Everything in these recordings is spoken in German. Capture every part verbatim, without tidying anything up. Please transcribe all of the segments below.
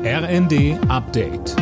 R N D Update.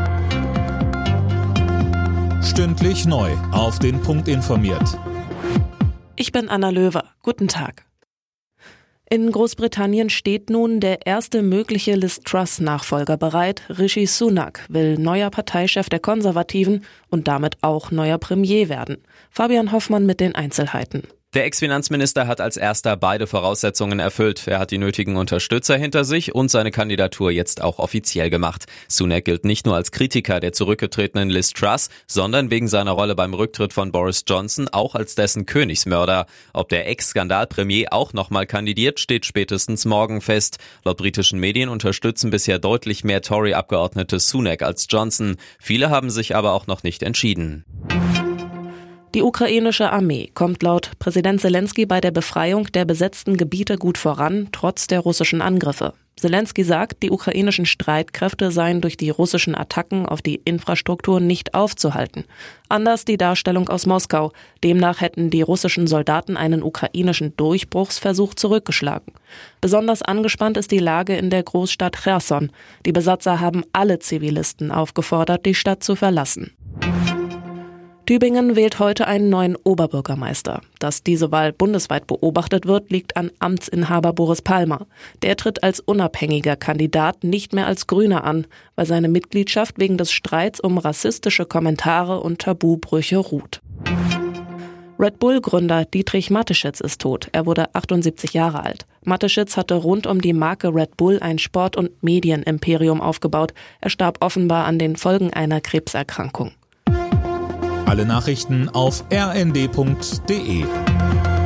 Stündlich neu auf den Punkt informiert. Ich bin Anna Löwer. Guten Tag. In Großbritannien steht nun der erste mögliche Liz Truss-Nachfolger bereit. Rishi Sunak will neuer Parteichef der Konservativen und damit auch neuer Premier werden. Fabian Hoffmann mit den Einzelheiten. Der Ex-Finanzminister hat als erster beide Voraussetzungen erfüllt. Er hat die nötigen Unterstützer hinter sich und seine Kandidatur jetzt auch offiziell gemacht. Sunak gilt nicht nur als Kritiker der zurückgetretenen Liz Truss, sondern wegen seiner Rolle beim Rücktritt von Boris Johnson auch als dessen Königsmörder. Ob der Ex-Skandalpremier auch nochmal kandidiert, steht spätestens morgen fest. Laut britischen Medien unterstützen bisher deutlich mehr Tory-Abgeordnete Sunak als Johnson. Viele haben sich aber auch noch nicht entschieden. Die ukrainische Armee kommt laut Präsident Selensky bei der Befreiung der besetzten Gebiete gut voran, trotz der russischen Angriffe. Selensky sagt, die ukrainischen Streitkräfte seien durch die russischen Attacken auf die Infrastruktur nicht aufzuhalten. Anders die Darstellung aus Moskau. Demnach hätten die russischen Soldaten einen ukrainischen Durchbruchsversuch zurückgeschlagen. Besonders angespannt ist die Lage in der Großstadt Cherson. Die Besatzer haben alle Zivilisten aufgefordert, die Stadt zu verlassen. Tübingen wählt heute einen neuen Oberbürgermeister. Dass diese Wahl bundesweit beobachtet wird, liegt an Amtsinhaber Boris Palmer. Der tritt als unabhängiger Kandidat nicht mehr als Grüner an, weil seine Mitgliedschaft wegen des Streits um rassistische Kommentare und Tabubrüche ruht. Red Bull-Gründer Dietrich Mateschitz ist tot. Er wurde achtundsiebzig Jahre alt. Mateschitz hatte rund um die Marke Red Bull ein Sport- und Medienimperium aufgebaut. Er starb offenbar an den Folgen einer Krebserkrankung. Alle Nachrichten auf r n d punkt d e.